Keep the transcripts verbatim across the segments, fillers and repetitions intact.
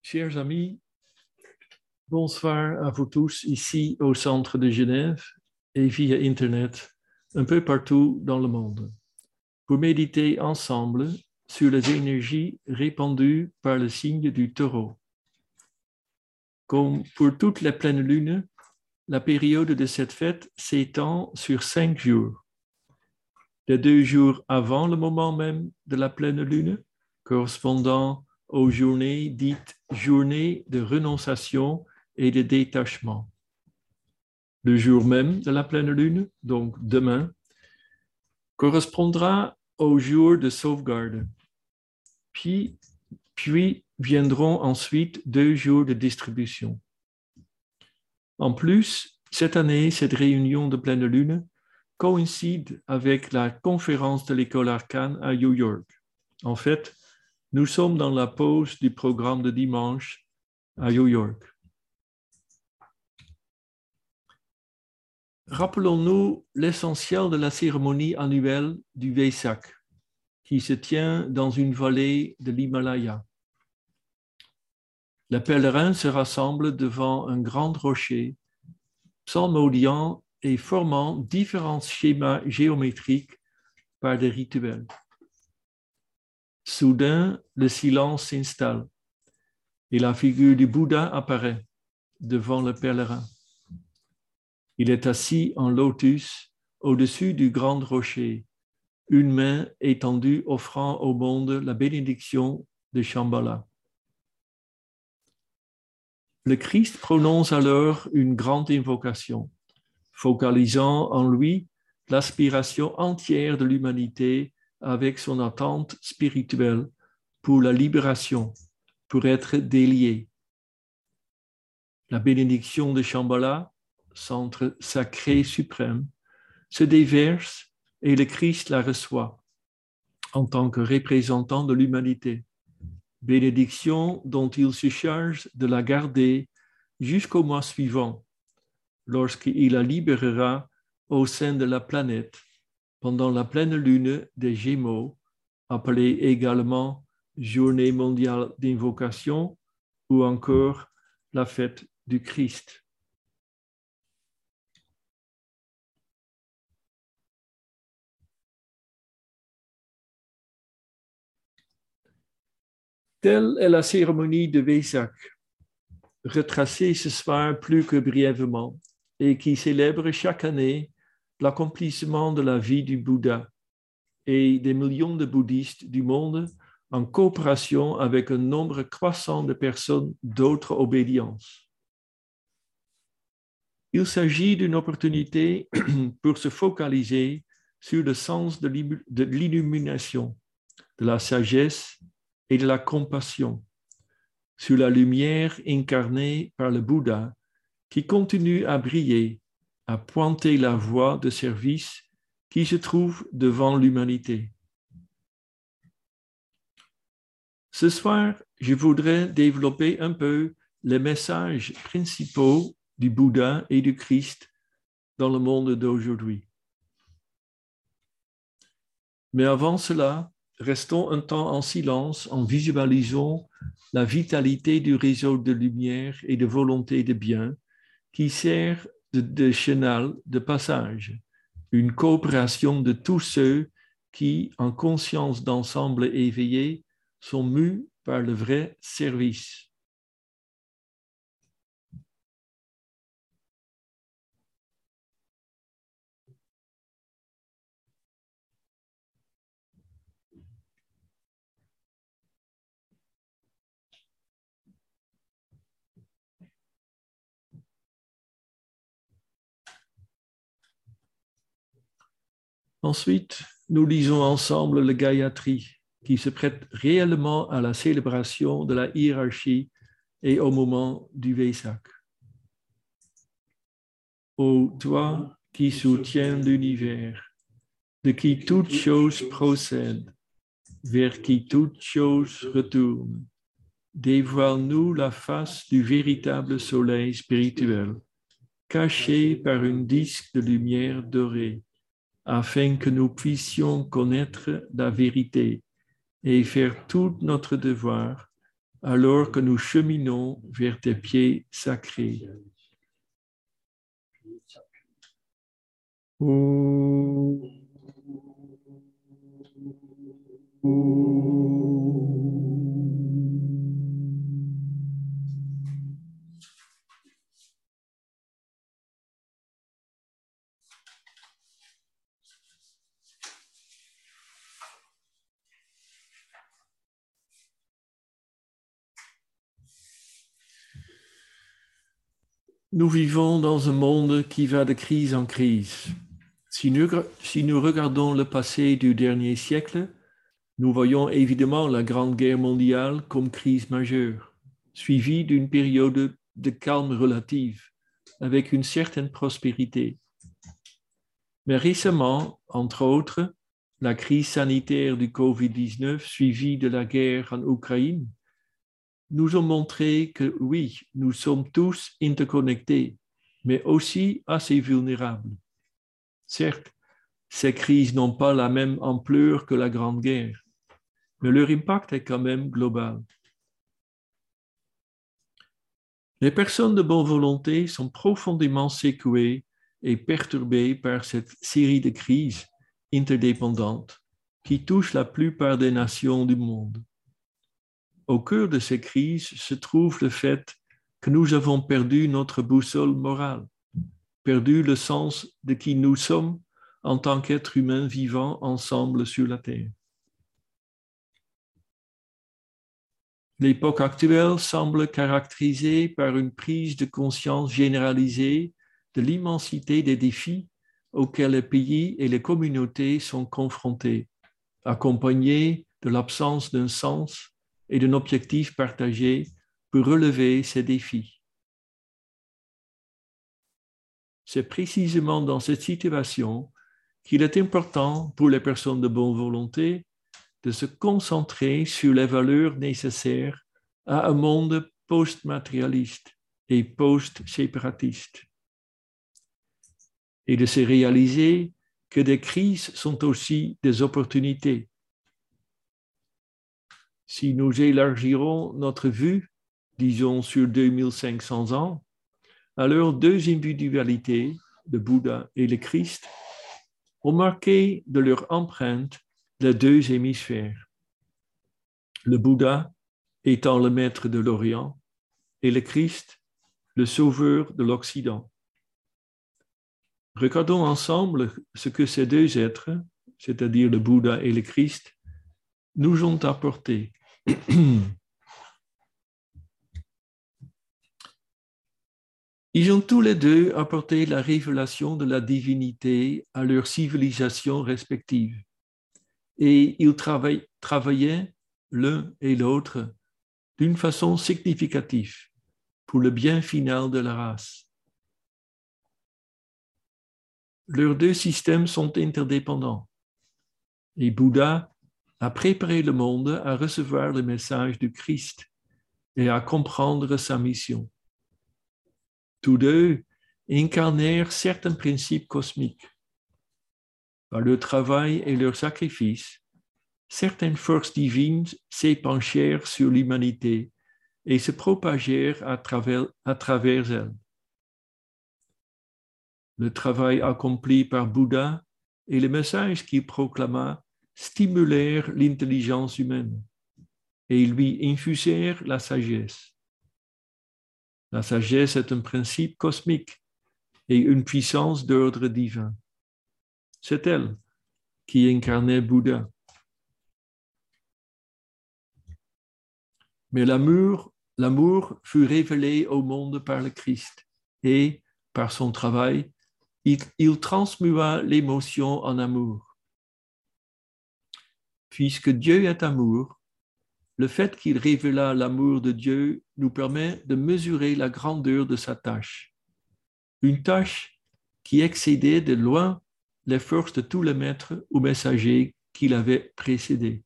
Chers amis, bonsoir à vous tous ici au centre de Genève et via Internet, un peu partout dans le monde, pour méditer ensemble sur les énergies répandues par le signe du Taureau. Comme pour toute la pleine lune, la période de cette fête s'étend sur cinq jours. Les deux jours avant le moment même de la pleine lune, correspondant aux journées dites journées de renonciation et de détachement. Le jour même de la pleine lune, donc demain, correspondra au jour de sauvegarde. Puis, puis viendront ensuite deux jours de distribution. En plus, cette année, cette réunion de pleine lune coïncide avec la conférence de l'école arcane à New York. En fait, nous sommes dans la pause du programme de dimanche à New York. Rappelons-nous l'essentiel de la cérémonie annuelle du Vesak, qui se tient dans une vallée de l'Himalaya. Les pèlerins se rassemblent devant un grand rocher, psalmodiant et formant différents schémas géométriques par des rituels. Soudain, le silence s'installe et la figure du Bouddha apparaît devant le pèlerin. Il est assis en lotus au-dessus du grand rocher, une main étendue offrant au monde la bénédiction de Shambhala. Le Christ prononce alors une grande invocation, focalisant en lui l'aspiration entière de l'humanité avec son attente spirituelle pour la libération, pour être délié. La bénédiction de Shambhala, centre sacré suprême, se déverse et le Christ la reçoit en tant que représentant de l'humanité. Bénédiction dont il se charge de la garder jusqu'au mois suivant, lorsqu'il la libérera au sein de la planète pendant la pleine lune des Gémeaux, appelée également Journée mondiale d'invocation ou encore la fête du Christ. Telle est la cérémonie de Vesak, retracée ce soir plus que brièvement, et qui célèbre chaque année l'accomplissement de la vie du Bouddha et des millions de bouddhistes du monde en coopération avec un nombre croissant de personnes d'autres obédiences. Il s'agit d'une opportunité pour se focaliser sur le sens de l'illumination, de la sagesse et de la compassion, sur la lumière incarnée par le Bouddha qui continue à briller, à pointer la voie de service qui se trouve devant l'humanité. Ce soir, je voudrais développer un peu les messages principaux du Bouddha et du Christ dans le monde d'aujourd'hui. Mais avant cela, restons un temps en silence en visualisant la vitalité du réseau de lumière et de volonté de bien qui sert de, de chenal de passage, une coopération de tous ceux qui, en conscience d'ensemble éveillé, sont mus par le vrai service. Ensuite, nous lisons ensemble le Gayatri, qui se prête réellement à la célébration de la hiérarchie et au moment du Vesak. Ô toi qui soutiens l'univers, de qui toute chose procède, vers qui toute chose retourne, dévoile-nous la face du véritable soleil spirituel, caché par un disque de lumière dorée, afin que nous puissions connaître la vérité et faire tout notre devoir alors que nous cheminons vers tes pieds sacrés. Nous vivons dans un monde qui va de crise en crise. Si nous, si nous regardons le passé du dernier siècle, nous voyons évidemment la Grande Guerre mondiale comme crise majeure, suivie d'une période de calme relative, avec une certaine prospérité. Mais récemment, entre autres, la crise sanitaire du covid dix-neuf suivie de la guerre en Ukraine nous ont montré que oui, nous sommes tous interconnectés, mais aussi assez vulnérables. Certes, ces crises n'ont pas la même ampleur que la Grande Guerre, mais leur impact est quand même global. Les personnes de bonne volonté sont profondément secouées et perturbées par cette série de crises interdépendantes qui touchent la plupart des nations du monde. Au cœur de ces crises se trouve le fait que nous avons perdu notre boussole morale, perdu le sens de qui nous sommes en tant qu'êtres humains vivant ensemble sur la Terre. L'époque actuelle semble caractérisée par une prise de conscience généralisée de l'immensité des défis auxquels les pays et les communautés sont confrontés, accompagnés de l'absence d'un sens et d'un objectif partagé pour relever ces défis. C'est précisément dans cette situation qu'il est important pour les personnes de bonne volonté de se concentrer sur les valeurs nécessaires à un monde post-matérialiste et post-séparatiste, et de se réaliser que des crises sont aussi des opportunités. Si nous élargirons notre vue, disons sur deux mille cinq cents ans, alors deux individualités, le Bouddha et le Christ, ont marqué de leur empreinte les deux hémisphères. Le Bouddha étant le maître de l'Orient et le Christ, le sauveur de l'Occident. Regardons ensemble ce que ces deux êtres, c'est-à-dire le Bouddha et le Christ, nous ont apporté. Ils ont tous les deux apporté la révélation de la divinité à leurs civilisations respectives. Et ils travaillaient, travaillaient l'un et l'autre d'une façon significative pour le bien final de la race. Leurs deux systèmes sont interdépendants. Et Bouddha a préparé le monde à recevoir le message du Christ et à comprendre sa mission. Tous deux incarnèrent certains principes cosmiques. Par leur travail et leur sacrifice, certaines forces divines s'épanchèrent sur l'humanité et se propagèrent à travers, à travers elle. Le travail accompli par Bouddha et le message qu'il proclama stimulèrent l'intelligence humaine et lui infusèrent la sagesse. La sagesse est un principe cosmique et une puissance d'ordre divin. C'est elle qui incarnait Bouddha. Mais l'amour, l'amour fut révélé au monde par le Christ et, par son travail, il, il transmua l'émotion en amour. Puisque Dieu est amour, le fait qu'il révéla l'amour de Dieu nous permet de mesurer la grandeur de sa tâche. Une tâche qui excédait de loin les forces de tous les maîtres ou messagers qui l'avaient précédé.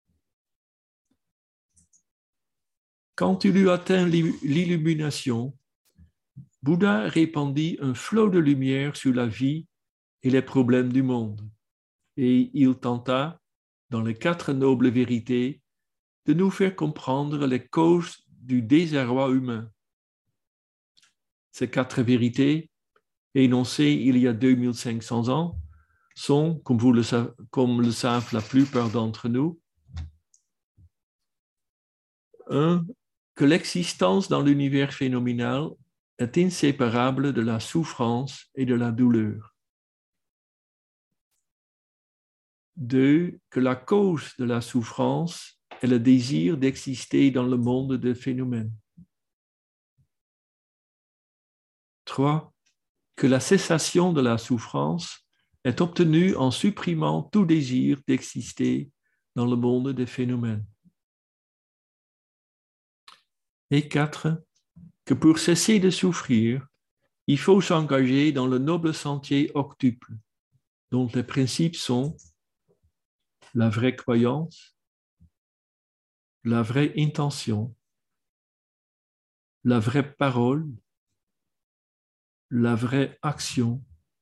Quand il eut atteint l'illumination, Bouddha répandit un flot de lumière sur la vie et les problèmes du monde, et il tenta, dans les quatre nobles vérités, de nous faire comprendre les causes du désarroi humain. Ces quatre vérités, énoncées il y a deux mille cinq cents ans, sont, comme, vous le savez, comme le savent la plupart d'entre nous, un, que l'existence dans l'univers phénoménal est inséparable de la souffrance et de la douleur. Deux, que la cause de la souffrance est le désir d'exister dans le monde des phénomènes. Trois, que la cessation de la souffrance est obtenue en supprimant tout désir d'exister dans le monde des phénomènes. Et quatre, que pour cesser de souffrir, il faut s'engager dans le noble sentier octuple, dont les principes sont la vraie croyance, la vraie intention, la vraie parole, la vraie action,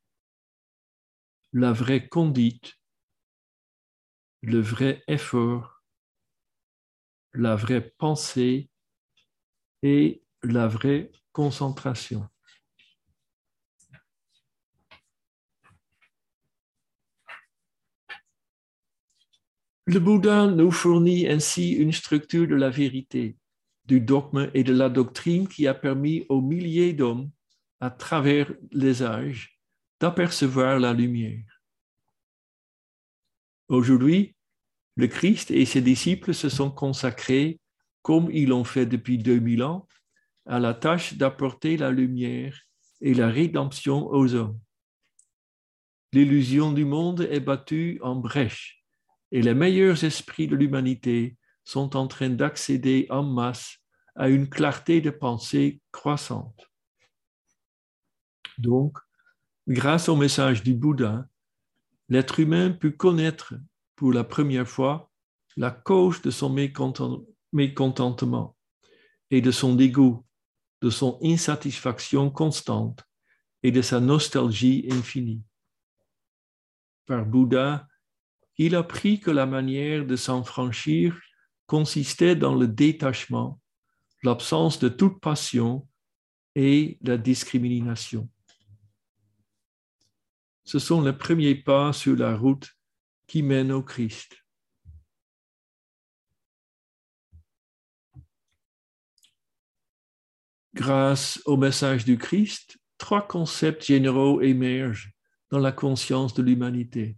la vraie conduite, le vrai effort, la vraie pensée et la vraie concentration. Le Bouddha nous fournit ainsi une structure de la vérité, du dogme et de la doctrine qui a permis aux milliers d'hommes, à travers les âges, d'apercevoir la lumière. Aujourd'hui, le Christ et ses disciples se sont consacrés, comme ils l'ont fait depuis deux mille ans, à la tâche d'apporter la lumière et la rédemption aux hommes. L'illusion du monde est battue en brèche et les meilleurs esprits de l'humanité sont en train d'accéder en masse à une clarté de pensée croissante. Donc, grâce au message du Bouddha, l'être humain put connaître pour la première fois la cause de son mécontentement et de son dégoût, de son insatisfaction constante et de sa nostalgie infinie. Par Bouddha, il apprit que la manière de s'en franchir consistait dans le détachement, l'absence de toute passion et la discrimination. Ce sont les premiers pas sur la route qui mène au Christ. Grâce au message du Christ, trois concepts généraux émergent dans la conscience de l'humanité.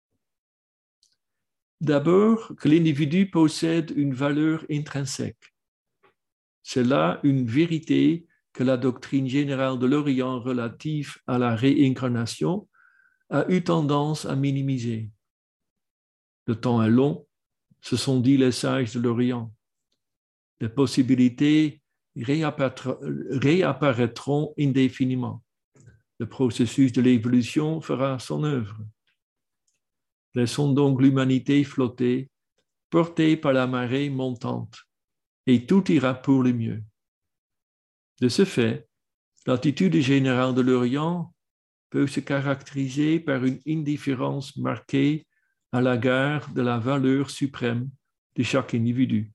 D'abord, que l'individu possède une valeur intrinsèque. C'est là une vérité que la doctrine générale de l'Orient relative à la réincarnation a eu tendance à minimiser. Le temps est long, se sont dit les sages de l'Orient. Les possibilités réapparaîtront indéfiniment. Le processus de l'évolution fera son œuvre. Laissons donc l'humanité flotter, portée par la marée montante, et tout ira pour le mieux. De ce fait, l'attitude générale de l'Orient peut se caractériser par une indifférence marquée à l'égard de la valeur suprême de chaque individu.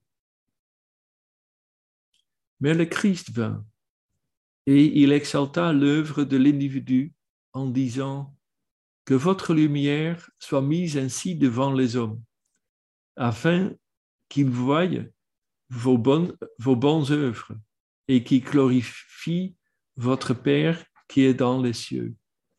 Mais le Christ vint et il exalta l'œuvre de l'individu en disant « Que votre lumière soit mise ainsi devant les hommes, afin qu'ils voient vos bonnes, vos bonnes œuvres et qu'ils glorifient votre Père qui est dans les cieux. »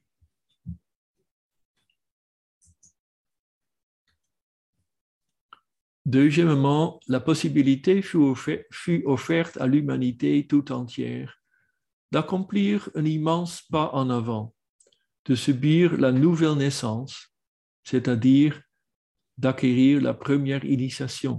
Deuxièmement, la possibilité fut, offert, fut offerte à l'humanité tout entière d'accomplir un immense pas en avant, de subir la nouvelle naissance, c'est-à-dire d'acquérir la première initiation.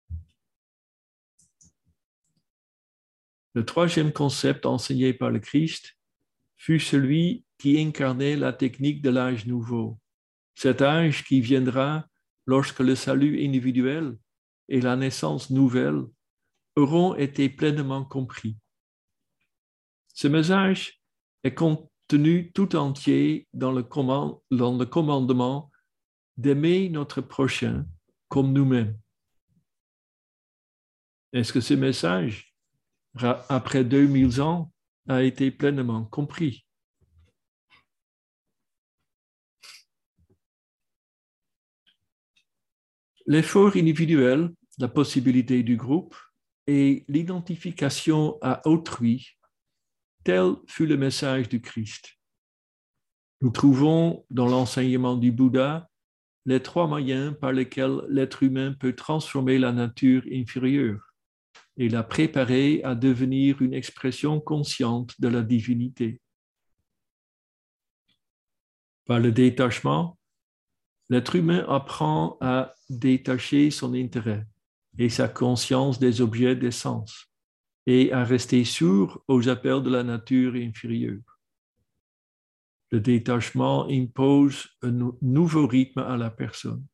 Le troisième concept enseigné par le Christ fut celui qui incarnait la technique de l'âge nouveau, cet âge qui viendra lorsque le salut individuel et la naissance nouvelle auront été pleinement compris. Ce message est contenu tout entier dans le, command, dans le commandement d'aimer notre prochain comme nous-mêmes. Est-ce que ce message, après deux mille ans, a été pleinement compris? L'effort individuel, la possibilité du groupe et l'identification à autrui, tel fut le message du Christ. Nous trouvons dans l'enseignement du Bouddha les trois moyens par lesquels l'être humain peut transformer la nature inférieure et la préparer à devenir une expression consciente de la divinité. Par le détachement, l'être humain apprend à détacher son intérêt et sa conscience des objets des sens et à rester sourd aux appels de la nature inférieure. Le détachement impose un nouveau rythme à la personne.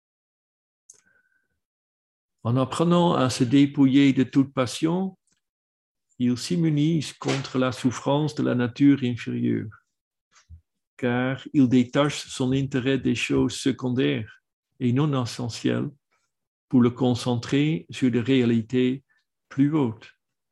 En apprenant à se dépouiller de toute passion, il s'immunise contre la souffrance de la nature inférieure, car il détache son intérêt des choses secondaires et non essentielles pour le concentrer sur des réalités plus hautes.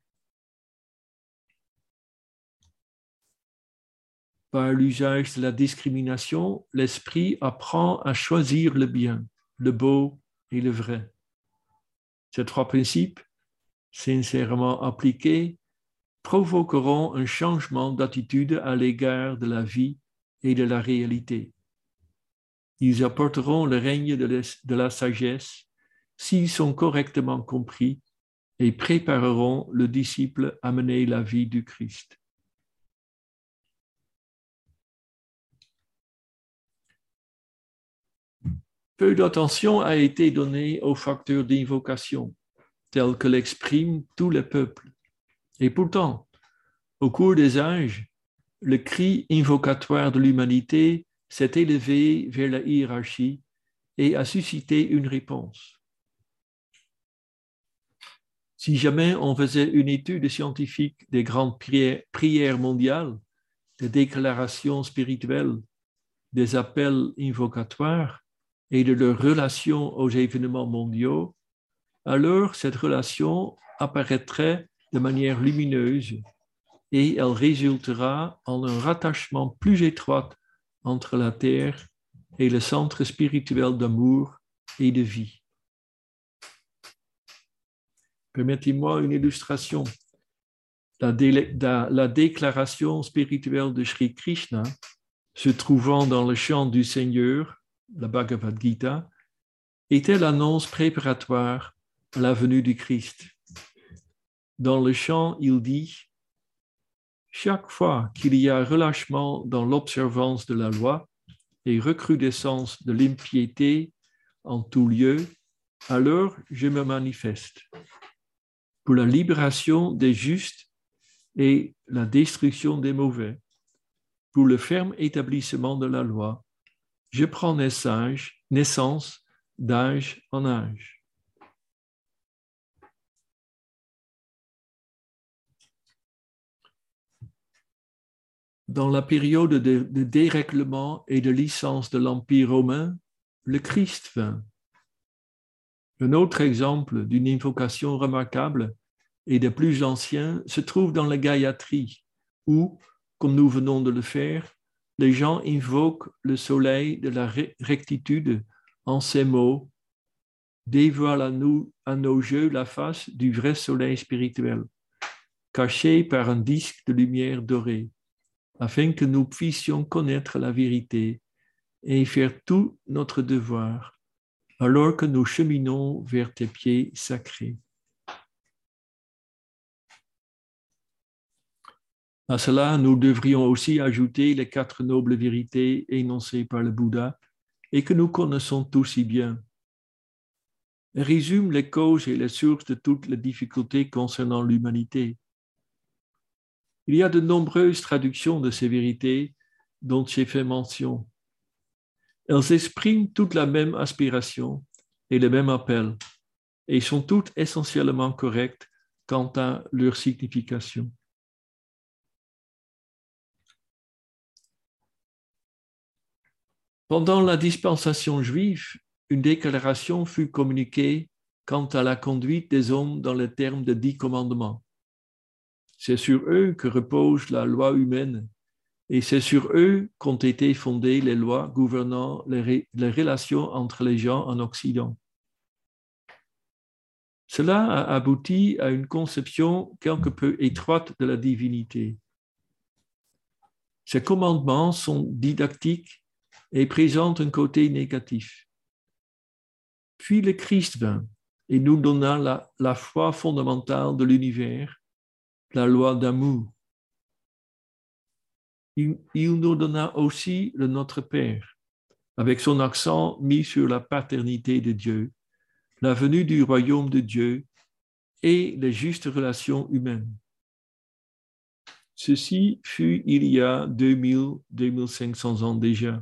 Par l'usage de la discrimination, l'esprit apprend à choisir le bien, le beau et le vrai. Ces trois principes, sincèrement appliqués, provoqueront un changement d'attitude à l'égard de la vie et de la réalité. Ils apporteront le règne de la sagesse s'ils sont correctement compris et prépareront le disciple à mener la vie du Christ. Peu d'attention a été donnée aux facteurs d'invocation, tels que l'expriment tous les peuples. Et pourtant, au cours des âges, le cri invocatoire de l'humanité s'est élevé vers la hiérarchie et a suscité une réponse. Si jamais on faisait une étude scientifique des grandes prières mondiales, des déclarations spirituelles, des appels invocatoires et de leur relation aux événements mondiaux, alors cette relation apparaîtrait de manière lumineuse et elle résultera en un rattachement plus étroit entre la Terre et le centre spirituel d'amour et de vie. Permettez-moi une illustration. La, dé- la, la déclaration spirituelle de Sri Krishna, se trouvant dans le chant du Seigneur, la Bhagavad Gita, était l'annonce préparatoire à la venue du Christ. Dans le chant, il dit « Chaque fois qu'il y a relâchement dans l'observance de la loi et recrudescence de l'impiété en tout lieu, alors je me manifeste. Pour la libération des justes et la destruction des mauvais, pour le ferme établissement de la loi, je prends naissance d'âge en âge. » Dans la période de, de dérèglement et de licence de l'Empire romain, le Christ vint. Un autre exemple d'une invocation remarquable et des plus anciens se trouve dans la Gayatri, où, comme nous venons de le faire, les gens invoquent le soleil de la rectitude en ces mots « Dévoile à nous, à nos yeux, la face du vrai soleil spirituel, caché par un disque de lumière dorée, afin que nous puissions connaître la vérité et faire tout notre devoir, alors que nous cheminons vers tes pieds sacrés. » À cela, nous devrions aussi ajouter les quatre nobles vérités énoncées par le Bouddha et que nous connaissons tous si bien. Elles résument les causes et les sources de toutes les difficultés concernant l'humanité. Il y a de nombreuses traductions de ces vérités dont j'ai fait mention. Elles expriment toute la même aspiration et le même appel et sont toutes essentiellement correctes quant à leur signification. Pendant la dispensation juive, une déclaration fut communiquée quant à la conduite des hommes dans les termes des dix commandements. C'est sur eux que repose la loi humaine et c'est sur eux qu'ont été fondées les lois gouvernant les, ré- les relations entre les gens en Occident. Cela a abouti à une conception quelque peu étroite de la divinité. Ces commandements sont didactiques et présentent un côté négatif. Puis le Christ vint et nous donna la, la foi fondamentale de l'univers, la loi d'amour. Il, il nous donna aussi le Notre Père, avec son accent mis sur la paternité de Dieu, la venue du royaume de Dieu et les justes relations humaines. Ceci fut il y a deux mille, deux mille cinq cents ans déjà.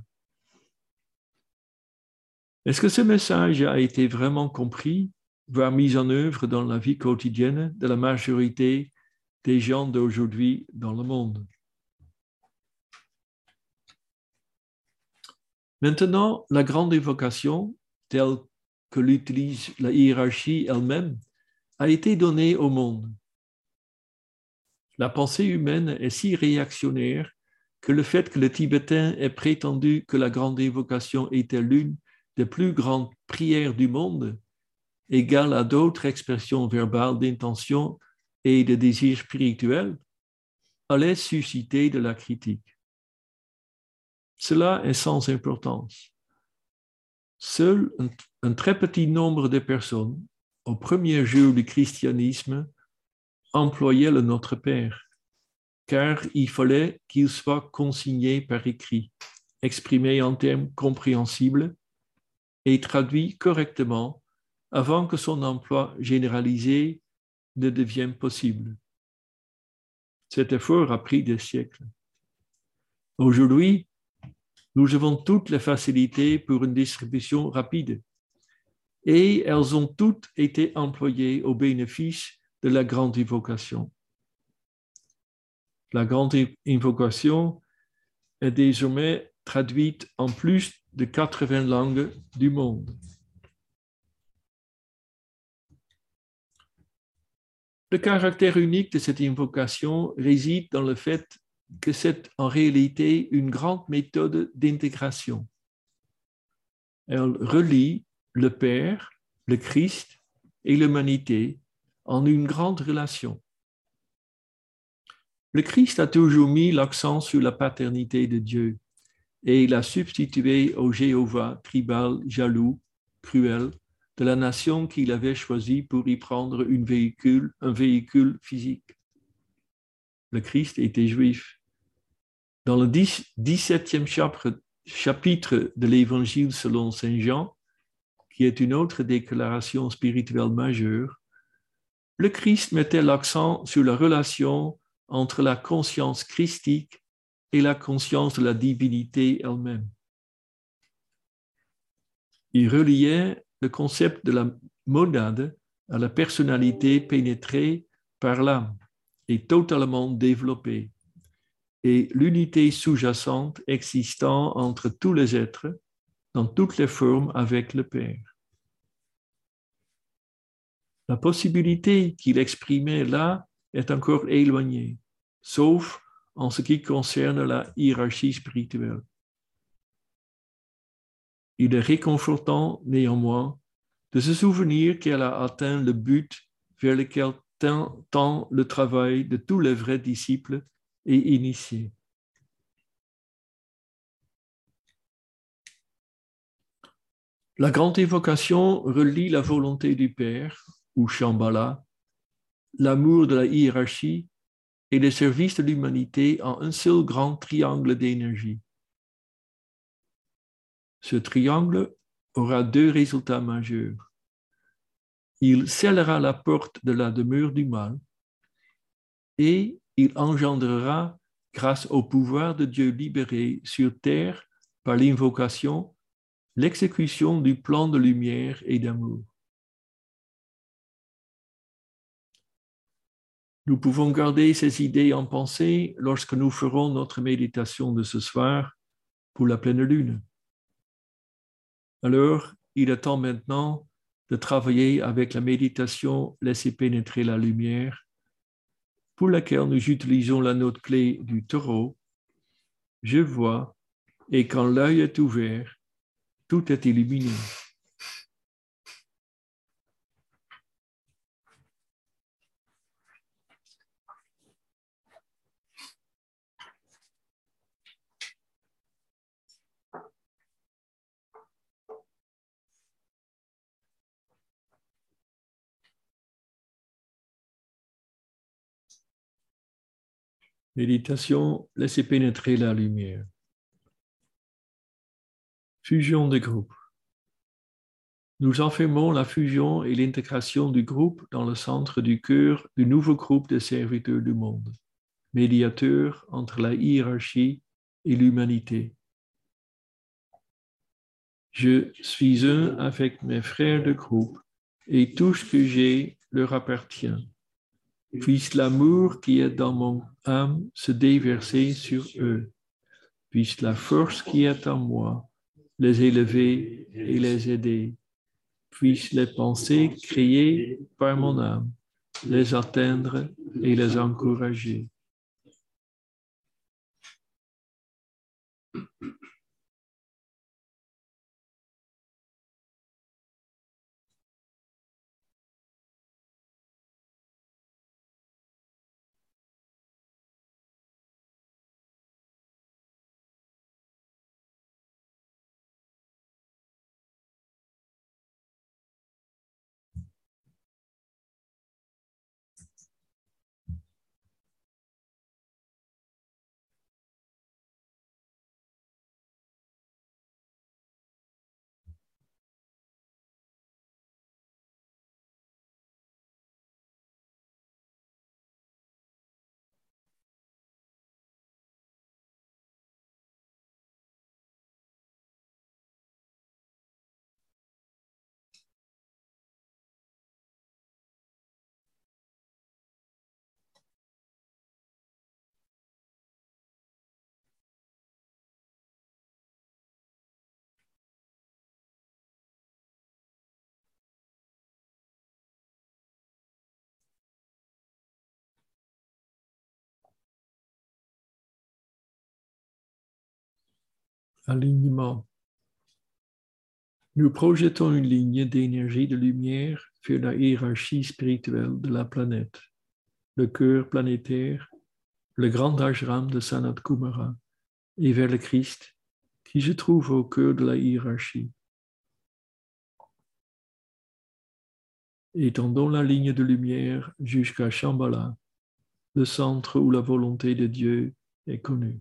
Est-ce que ce message a été vraiment compris, voire mis en œuvre dans la vie quotidienne de la majorité des gens d'aujourd'hui dans le monde? Maintenant, la grande évocation, telle que l'utilise la hiérarchie elle-même, a été donnée au monde. La pensée humaine est si réactionnaire que le fait que le Tibétain ait prétendu que la grande évocation était l'une des plus grandes prières du monde, égale à d'autres expressions verbales d'intention et de désir spirituel, allait susciter de la critique. Cela est sans importance. Seul un, un très petit nombre de personnes, au premier jour du christianisme, employaient le Notre Père, car il fallait qu'il soit consigné par écrit, exprimé en termes compréhensibles et traduit correctement avant que son emploi généralisé ne devienne possible. Cet effort a pris des siècles. Aujourd'hui, nous avons toutes les facilités pour une distribution rapide et elles ont toutes été employées au bénéfice de la grande invocation. La grande invocation est désormais traduite en plus de quatre-vingts langues du monde. Le caractère unique de cette invocation réside dans le fait que c'est en réalité une grande méthode d'intégration. Elle relie le Père, le Christ et l'humanité en une grande relation. Le Christ a toujours mis l'accent sur la paternité de Dieu et l'a substitué au Jéhovah tribal, jaloux, cruel, de la nation qu'il avait choisie pour y prendre une véhicule, un véhicule physique. Le Christ était juif. Dans le dix-septième chapitre de l'Évangile selon Saint Jean, qui est une autre déclaration spirituelle majeure, le Christ mettait l'accent sur la relation entre la conscience christique et la conscience de la divinité elle-même. Il reliait le concept de la monade à la personnalité pénétrée par l'âme et totalement développée, et l'unité sous-jacente existant entre tous les êtres, dans toutes les formes avec le Père. La possibilité qu'il exprimait là est encore éloignée, sauf en ce qui concerne la hiérarchie spirituelle. Il est réconfortant, néanmoins, de se souvenir qu'elle a atteint le but vers lequel tend le travail de tous les vrais disciples et initiés. La grande évocation relie la volonté du Père, ou Shambhala, l'amour de la hiérarchie et le service de l'humanité en un seul grand triangle d'énergie. Ce triangle aura deux résultats majeurs. Il scellera la porte de la demeure du mal et il engendrera, grâce au pouvoir de Dieu libéré sur terre par l'invocation, l'exécution du plan de lumière et d'amour. Nous pouvons garder ces idées en pensée lorsque nous ferons notre méditation de ce soir pour la pleine lune. Alors, il est temps maintenant de travailler avec la méditation Laisser pénétrer la lumière, pour laquelle nous utilisons la note clé du taureau. Je vois, et quand l'œil est ouvert, tout est illuminé. Méditation, laissez pénétrer la lumière. Fusion de groupe. Nous enfermons la fusion et l'intégration du groupe dans le centre du cœur du nouveau groupe de serviteurs du monde, médiateur entre la hiérarchie et l'humanité. Je suis un avec mes frères de groupe et tout ce que j'ai leur appartient. Puisse l'amour qui est dans mon âme se déverser sur eux. Puisse la force qui est en moi les élever et les aider. Puisse les pensées créées par mon âme les atteindre et les encourager. Alignement. Nous projetons une ligne d'énergie de lumière vers la hiérarchie spirituelle de la planète, le cœur planétaire, le grand ashram de Sanat Kumara, et vers le Christ, qui se trouve au cœur de la hiérarchie. Étendons la ligne de lumière jusqu'à Shambhala, le centre où la volonté de Dieu est connue.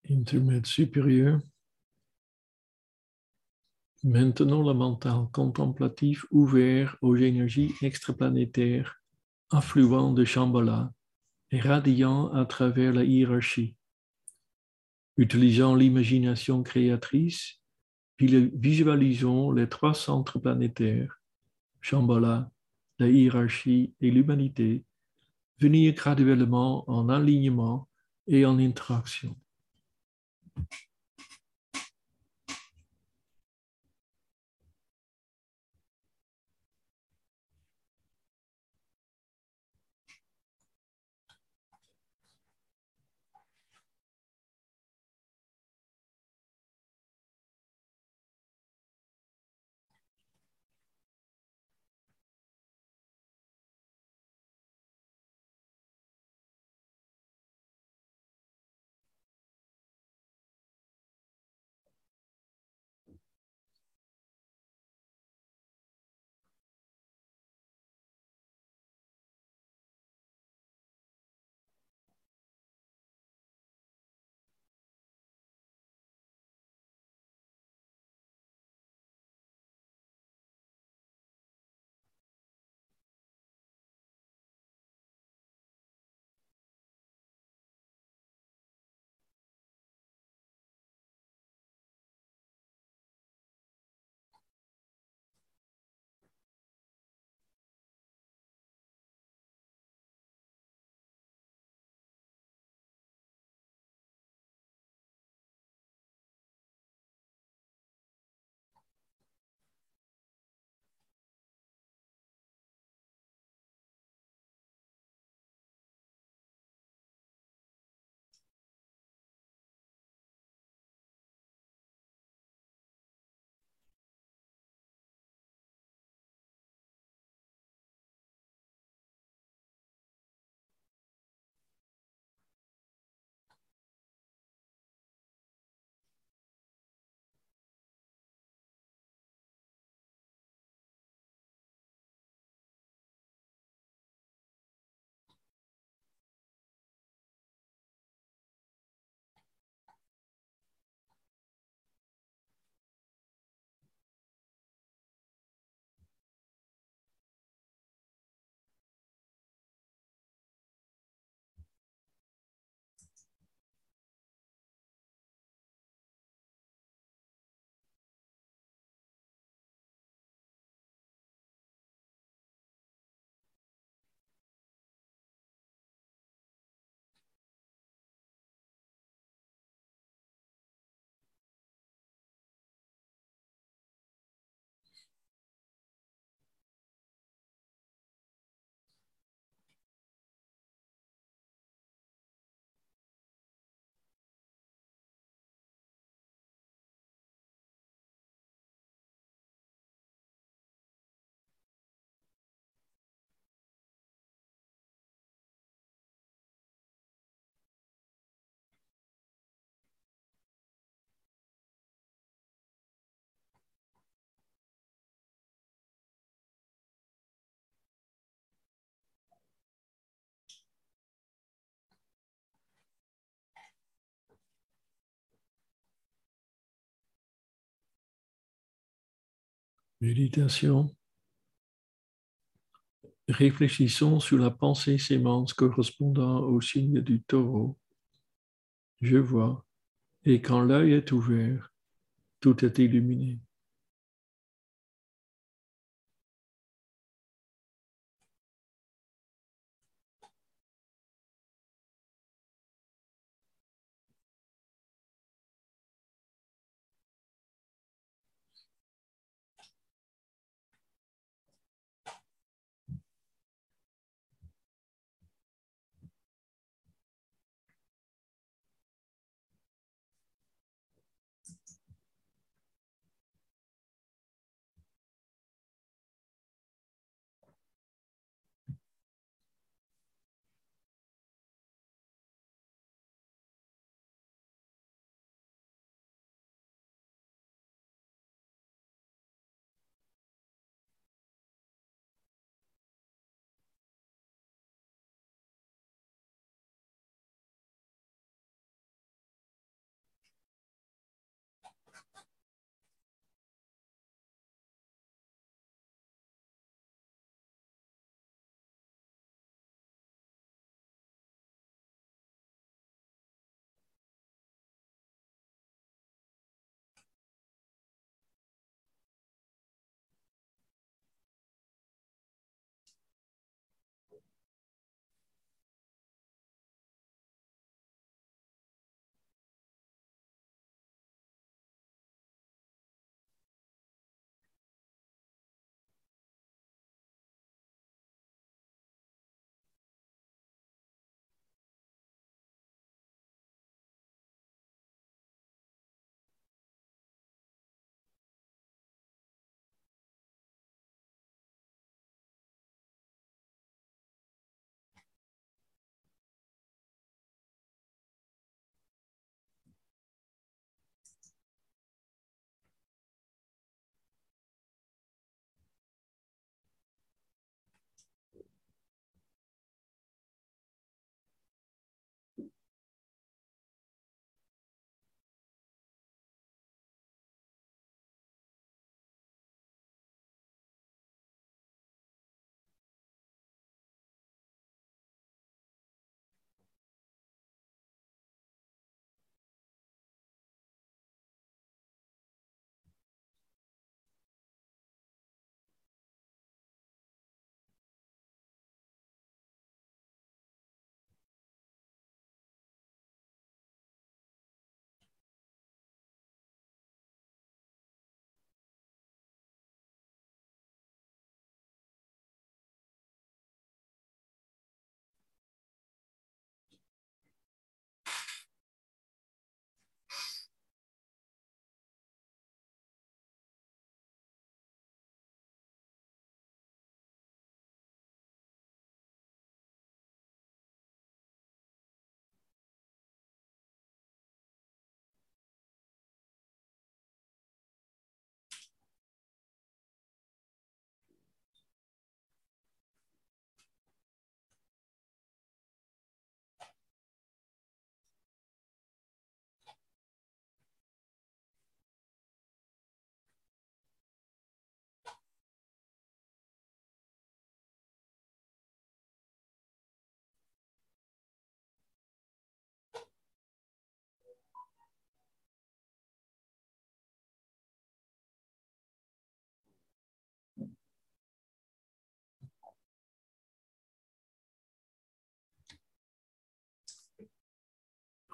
Intermède supérieur. Maintenant, le mental contemplatif ouvert aux énergies extraplanétaires, affluent de Shambhala et radiant à travers la hiérarchie. Utilisant l'imagination créatrice, visualisons les trois centres planétaires, Shambhala, la hiérarchie et l'humanité, venir graduellement en alignement et en interaction. Méditation. Réfléchissons sur la pensée sémence correspondant au signe du taureau. Je vois, et quand l'œil est ouvert, tout est illuminé.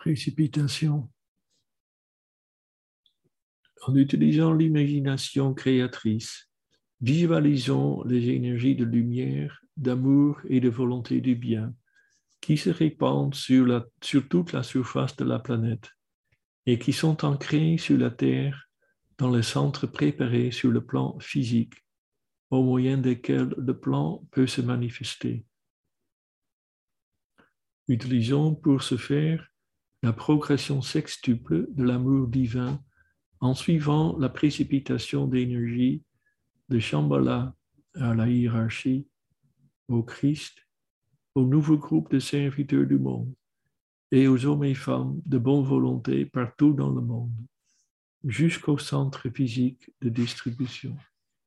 précipitation. En utilisant l'imagination créatrice, visualisons les énergies de lumière, d'amour et de volonté du bien qui se répandent sur, la, sur toute la surface de la planète et qui sont ancrées sur la Terre dans les centres préparés sur le plan physique, au moyen desquels le plan peut se manifester. Utilisons pour ce faire la progression sextuple de l'amour divin en suivant la précipitation d'énergie de Shambhala à la hiérarchie, au Christ, au nouveau groupe de serviteurs du monde et aux hommes et femmes de bonne volonté partout dans le monde, jusqu'au centre physique de distribution.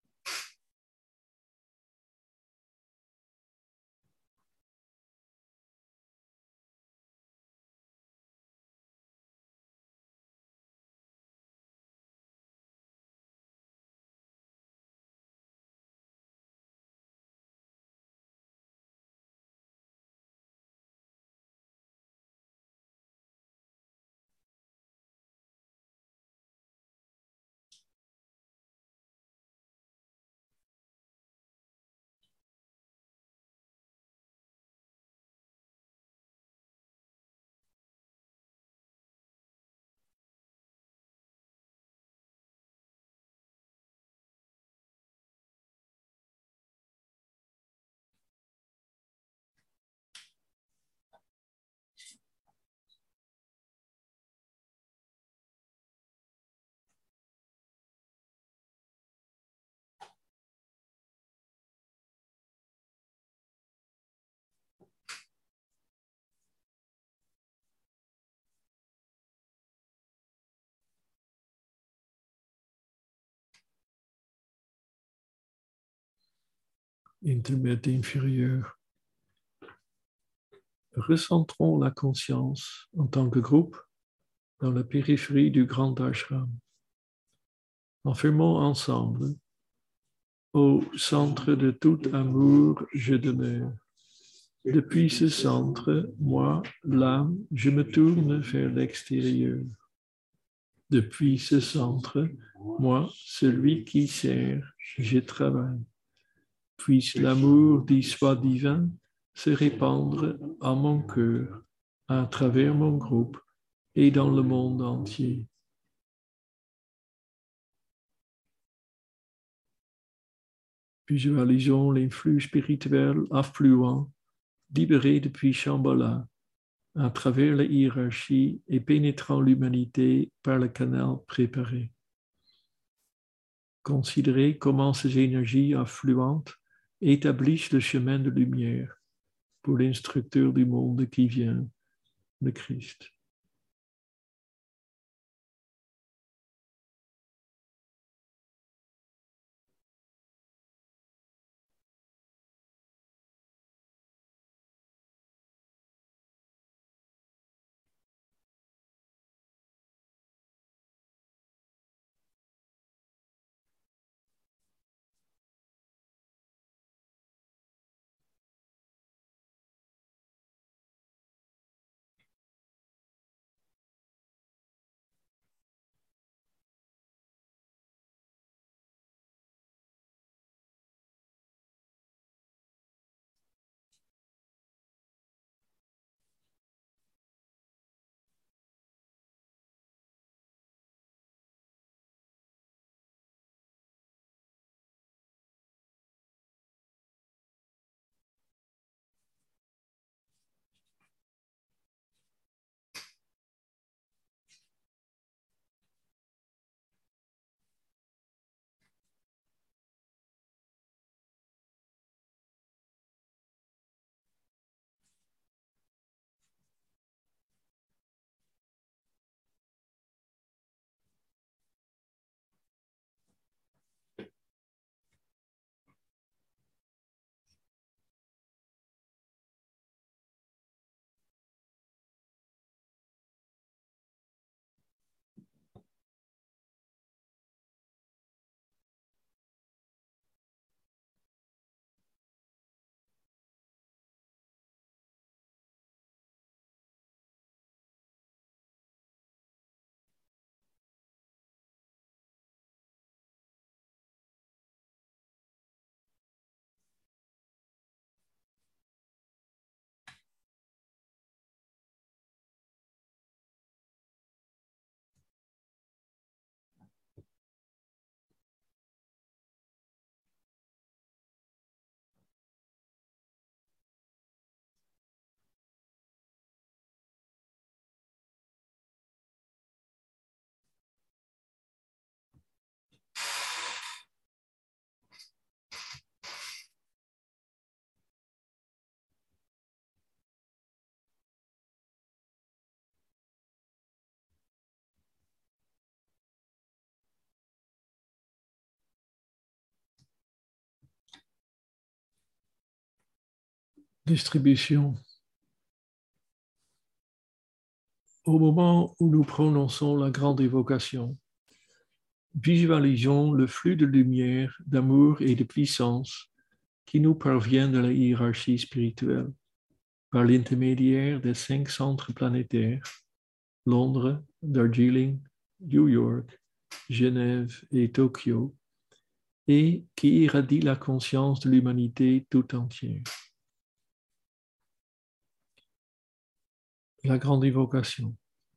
Intermède inférieur. Recentrons la conscience en tant que groupe dans la périphérie du grand ashram. Affirmons ensemble: au centre de tout amour, je demeure. Depuis ce centre, moi, l'âme, je me tourne vers l'extérieur. Depuis ce centre, moi, celui qui sert, je travaille. Puisse l'amour du soi divin se répandre en mon cœur, à travers mon groupe et dans le monde entier. Visualisons l'influx spirituel affluent, libéré depuis Shambhala, à travers la hiérarchie et pénétrant l'humanité par le canal préparé. Considérez comment ces énergies affluentes établissent le chemin de lumière pour l'instructeur du monde qui vient, le Christ. Distribution. Au moment où nous prononçons la grande évocation, visualisons le flux de lumière, d'amour et de puissance qui nous parvient de la hiérarchie spirituelle par l'intermédiaire des cinq centres planétaires, Londres, Darjeeling, New York, Genève et Tokyo, et qui irradie la conscience de l'humanité tout entière. La grande évocation.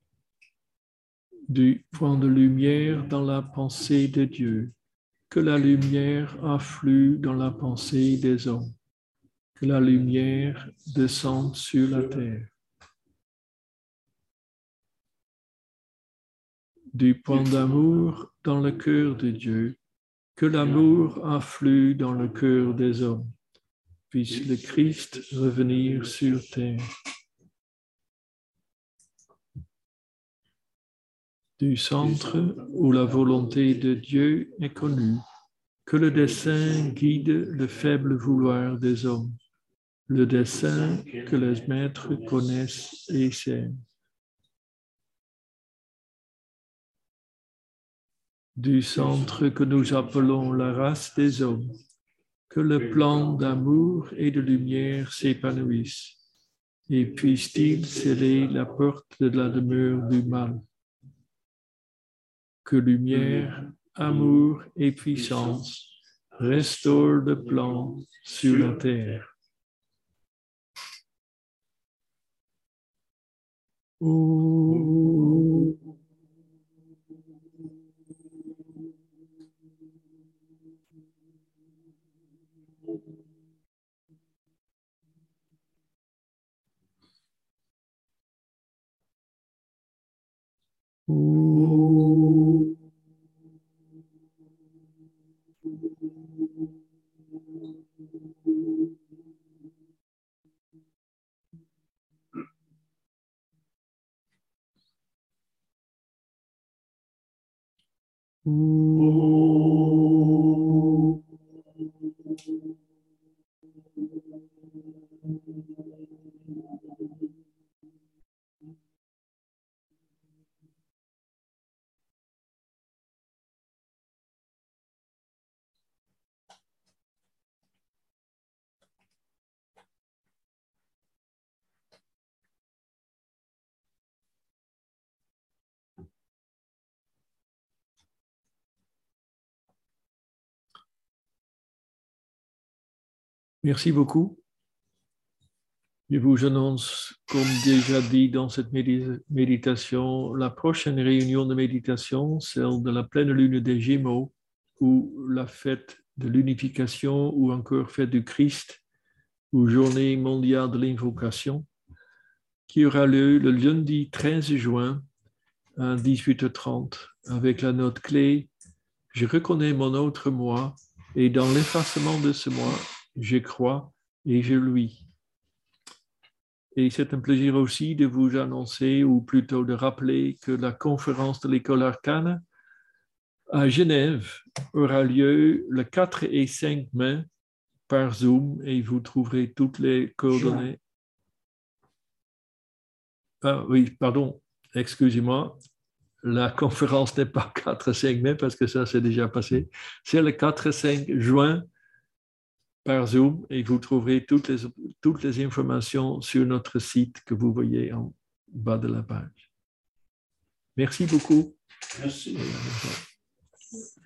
Du point de lumière dans la pensée de Dieu, que la lumière afflue dans la pensée des hommes, que la lumière descende sur la terre. Du point d'amour dans le cœur de Dieu, que l'amour afflue dans le cœur des hommes, puisse le Christ revenir sur terre. Du centre où la volonté de Dieu est connue, que le dessein guide le faible vouloir des hommes, le dessein que les maîtres connaissent et sèment. Du centre que nous appelons la race des hommes, que le plan d'amour et de lumière s'épanouisse, et puisse-t-il sceller la porte de la demeure du mal. Que lumière, amour et puissance restaurent le plan sur la terre. Oh. Oh. Oh. Merci beaucoup. Je vous annonce, comme déjà dit dans cette méditation, la prochaine réunion de méditation, celle de la pleine lune des Gémeaux, ou la fête de l'unification, ou encore fête du Christ, ou journée mondiale de l'invocation, qui aura lieu le lundi treize juin à dix-huit heures trente, avec la note clé « Je reconnais mon autre moi, et dans l'effacement de ce moi, je crois et je luis ». Et c'est un plaisir aussi de vous annoncer, ou plutôt de rappeler, que la conférence de l'école arcane à Genève aura lieu le quatre et cinq mai par Zoom, et vous trouverez toutes les coordonnées. Ah oui, pardon, excusez-moi, la conférence n'est pas quatre et cinq mai parce que ça c'est déjà passé, c'est le quatre et cinq juin par Zoom, et vous trouverez toutes les, toutes les informations sur notre site que vous voyez en bas de la page. Merci beaucoup. Merci.